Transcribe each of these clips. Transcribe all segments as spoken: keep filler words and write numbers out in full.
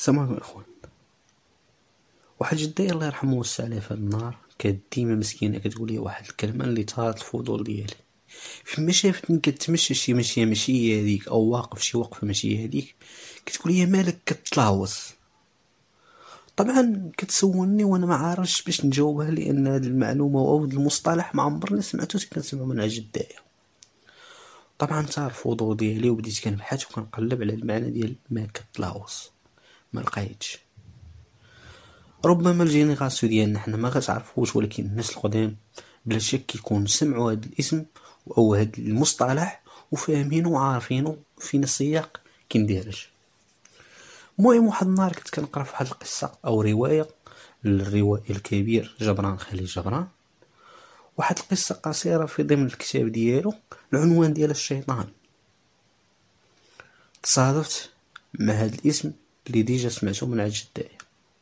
السلام عليكم اخوان. واحد جدي الله يرحمه ويوسع عليه في النار كانت ديما مسكينه كتقول لي واحد الكلمه اللي طارت الفضول ديالي فيما شافتني كتمشى شي مشيه ماشي هذيك او واقف شي وقفه ماشي هذيك، كتقول لي مالك كتلاوص. طبعا كتسولني وانا ما عارفش باش نجاوبها لان هذه المعلومه او هذا المصطلح ما عمرني سمعته كنسمعه من جدايا. طبعا صار الفضول ديالي وبديت كنبحث وكنقلب على المعنى ديال ما كتلاوص، ما لقيتش. ربما الجينيراسيون ديالنا حنا ما كتعرفوش، ولكن الناس القدام بلا شك كيكون سمعوا هذا الاسم او هذا المصطلح وفاهمينه وعارفينه فين السياق كينديرج. المهم واحد النهار كنت كنقرا في واحد القصه او روايه للروائي الكبير جبران خليل جبران، واحد القصه قصيره في ضمن الكتاب ديالو العنوان ديال الشيطان. تصادفت مع هذا الاسم اللي ديجا سمعته من عند جدايا،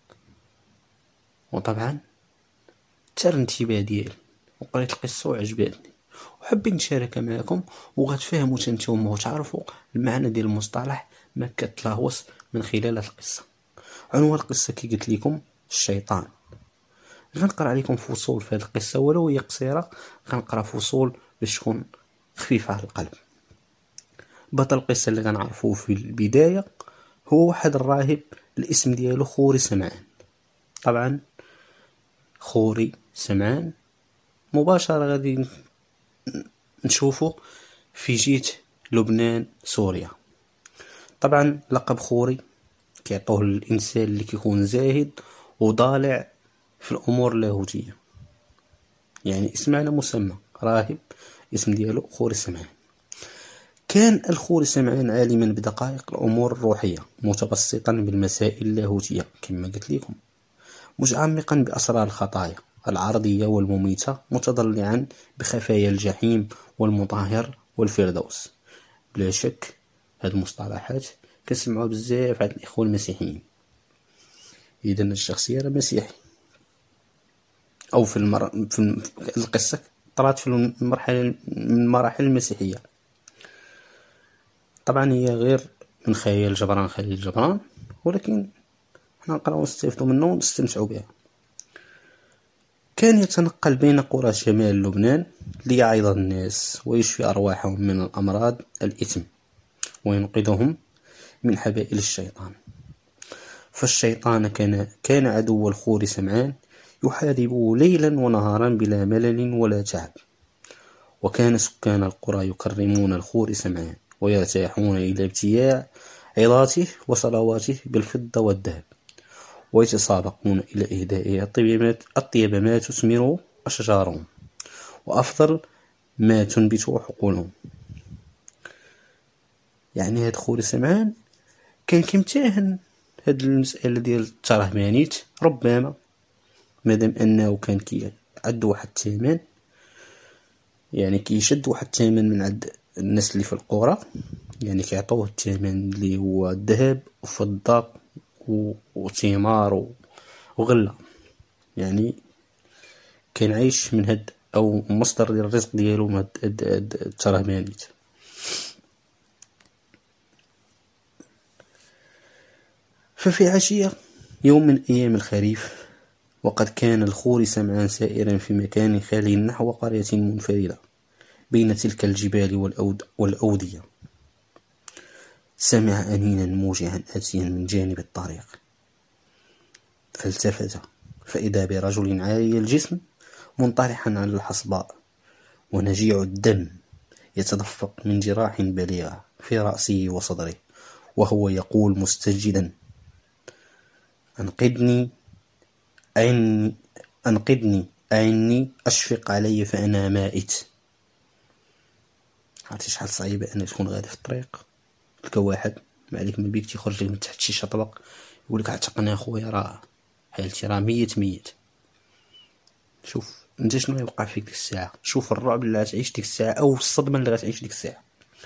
وطبعا تر انتباه ديالي وقريت القصه وعجبتني وحبيت نشاركها معكم وغتفهموا نتوما وتعرفوا المعنى ديال المصطلح ما كتلاوص من خلال القصه. عنوان القصه كي قلت لكم الشيطان. غنقرا عليكم فصول في هذه القصه ولو هي قصيره، غنقرا فصول باش تكون خفيفه على القلب. بطل القصه اللي غنعرفوه في البدايه هو واحد الراهب الاسم ديالو خوري سمعان. طبعا خوري سمعان مباشرة غادي نشوفه في جهة لبنان سوريا. طبعا لقب خوري كيعطوه الانسان اللي كيكون زاهد وضالع في الامور اللاهوتية، يعني اسم على مسمى راهب، اسم ديالو خوري سمعان. كان الخوري سمعان عالما بدقائق الامور الروحية، متبسطا بالمسائل اللاهوتية كما قلت لكم، متعمقا بأسرار الخطايا العرضية والمميتة، متضلعا بخفايا الجحيم والمطهر والفردوس. بلا شك هاد المصطلحات كنسمعوا بزاف عند الإخوة المسيحيين. إذا الشخصية راه مسيحي، أو في, المر... في القصة طرات في المرحلة من مراحل المسيحية. طبعا هي غير من خيال جبران خليل جبران، ولكن حنا نقراو ونستفدوا منه ونستمتعوا بها. كان يتنقل بين قرى شمال لبنان ليعظ الناس ويشفي أرواحهم من الأمراض الإثم وينقذهم من حبائل الشيطان. فالشيطان كان كان عدو الخوري سمعان يحاربه ليلا ونهارا بلا ملل ولا تعب. وكان سكان القرى يكرمون الخوري سمعان ويرتاحون إلى ابتياع عظاته وصلواته بالفضة والذهب، ويتسابقون إلى إهداء الطيبات الطيب ما تثمر أشجارهم وأفضل ما تنبت حقولهم. يعني هاد خوري سمعان كان كيمتهن هاد المسألة ديال الترهمانيت، ربما مادام أنه كان كي عد واحد الثمن، يعني كيشد واحد الثمن من عند الناس اللي في القرى، يعني كيعطوه الثمن اللي هو الذهب وفضة وثمار وغلة، يعني كان عايش من هاد او مصدر ديال الرزق ديالو من هاد الترهمانيت. ففي عشية يوم من ايام الخريف، وقد كان الخوري سمعان سائرا في مكان خالي نحو قرية منفردة بين تلك الجبال والأود والأودية، سمع أنينا موجعا آتيا من جانب الطريق، فالتفت فإذا برجل عاري الجسم منطرحا على الحصباء ونجيع الدم يتدفق من جراح بليغة في رأسه وصدره، وهو يقول مستجدا: أنقذني أعني أنقذني أعني أشفق علي فأنا مائت. عرفتي شحال صعيبة أن تكون غادي في الطريق تلقى واحد ما عليك من بيك تيخرج لك من تحت شي شطبق يقولك عتقني اخويا راه حالتي راه ميت ميت. شوف انت شنو يوقع فيك ديك الساعه، شوف الرعب اللي غتعيش ديك الساعه او الصدمه اللي غتعيش ديك الساعه.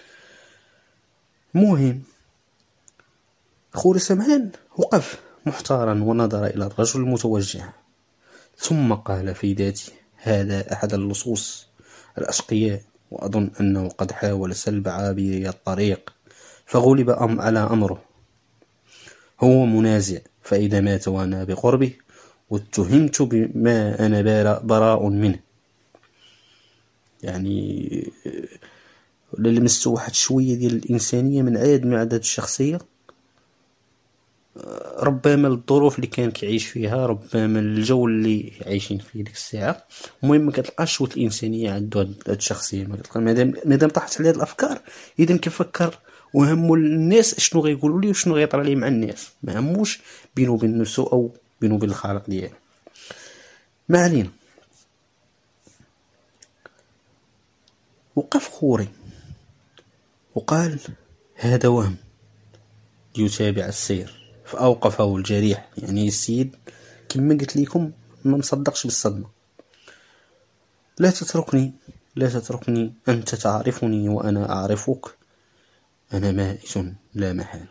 المهم خوري سمعان وقف محتارا ونظر الى الرجل المتوجع، ثم قال في ذاته: هذا احد اللصوص الاشقياء، واظن انه قد حاول سلب عابري الطريق فغلب أم على امره. هو منازع، فإذا مات وأنا بقربه واتهمت بما أنا بارا- براء منه. يعني ولا لمستو واحد شوية ديال الإنسانية من عاد من عادات الشخصية، ربما الظروف اللي كان كيعيش فيها، ربما الجو اللي عايشين فيه ديك الساعة. المهم ما كتلقاش شوية الإنسانية عنده هاد هاد الشخصية، ما كتلقى مادام مادام طاحت عليه هاد الأفكار إذا كيفكر وهمو الناس شنو غيقولوا ليه وشنو غيطرى ليه مع الناس، ما هموش بينه وبين نفسه أو بينه وبين الخالق ديالو. ما علينا. وقف خوري وقال: هذا وهم، ليتابع السير. فأوقفه الجريح. يعني السيد كما قلت لكم ما مصدقش بالصدمة. لا تتركني، لا تتركني، أنت تعرفني وأنا أعرفك، أنا مائت لا محالة.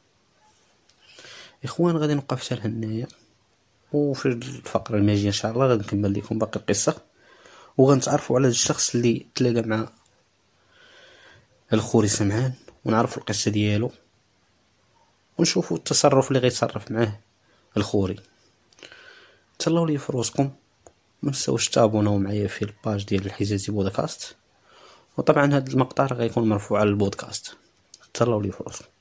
إخوان غادي نوقف حتى لهنايا، وفي الفقرة الماجية إن شاء الله غادي نكمل لكم باقي القصة، وغنتعرفوا على الشخص اللي تلاقى مع الخوري سمعان، ونعرفوا القصة ديالو، ونشوفوا التصرف اللي غيتصرف معاه الخوري. تهلاو لي في روسكم، ما تنساوش تابوناو معايا في الباج ديال الحجازي بودكاست، وطبعا هذا المقطع غيكون مرفوع على البودكاست. تهلاو لي في روسكم.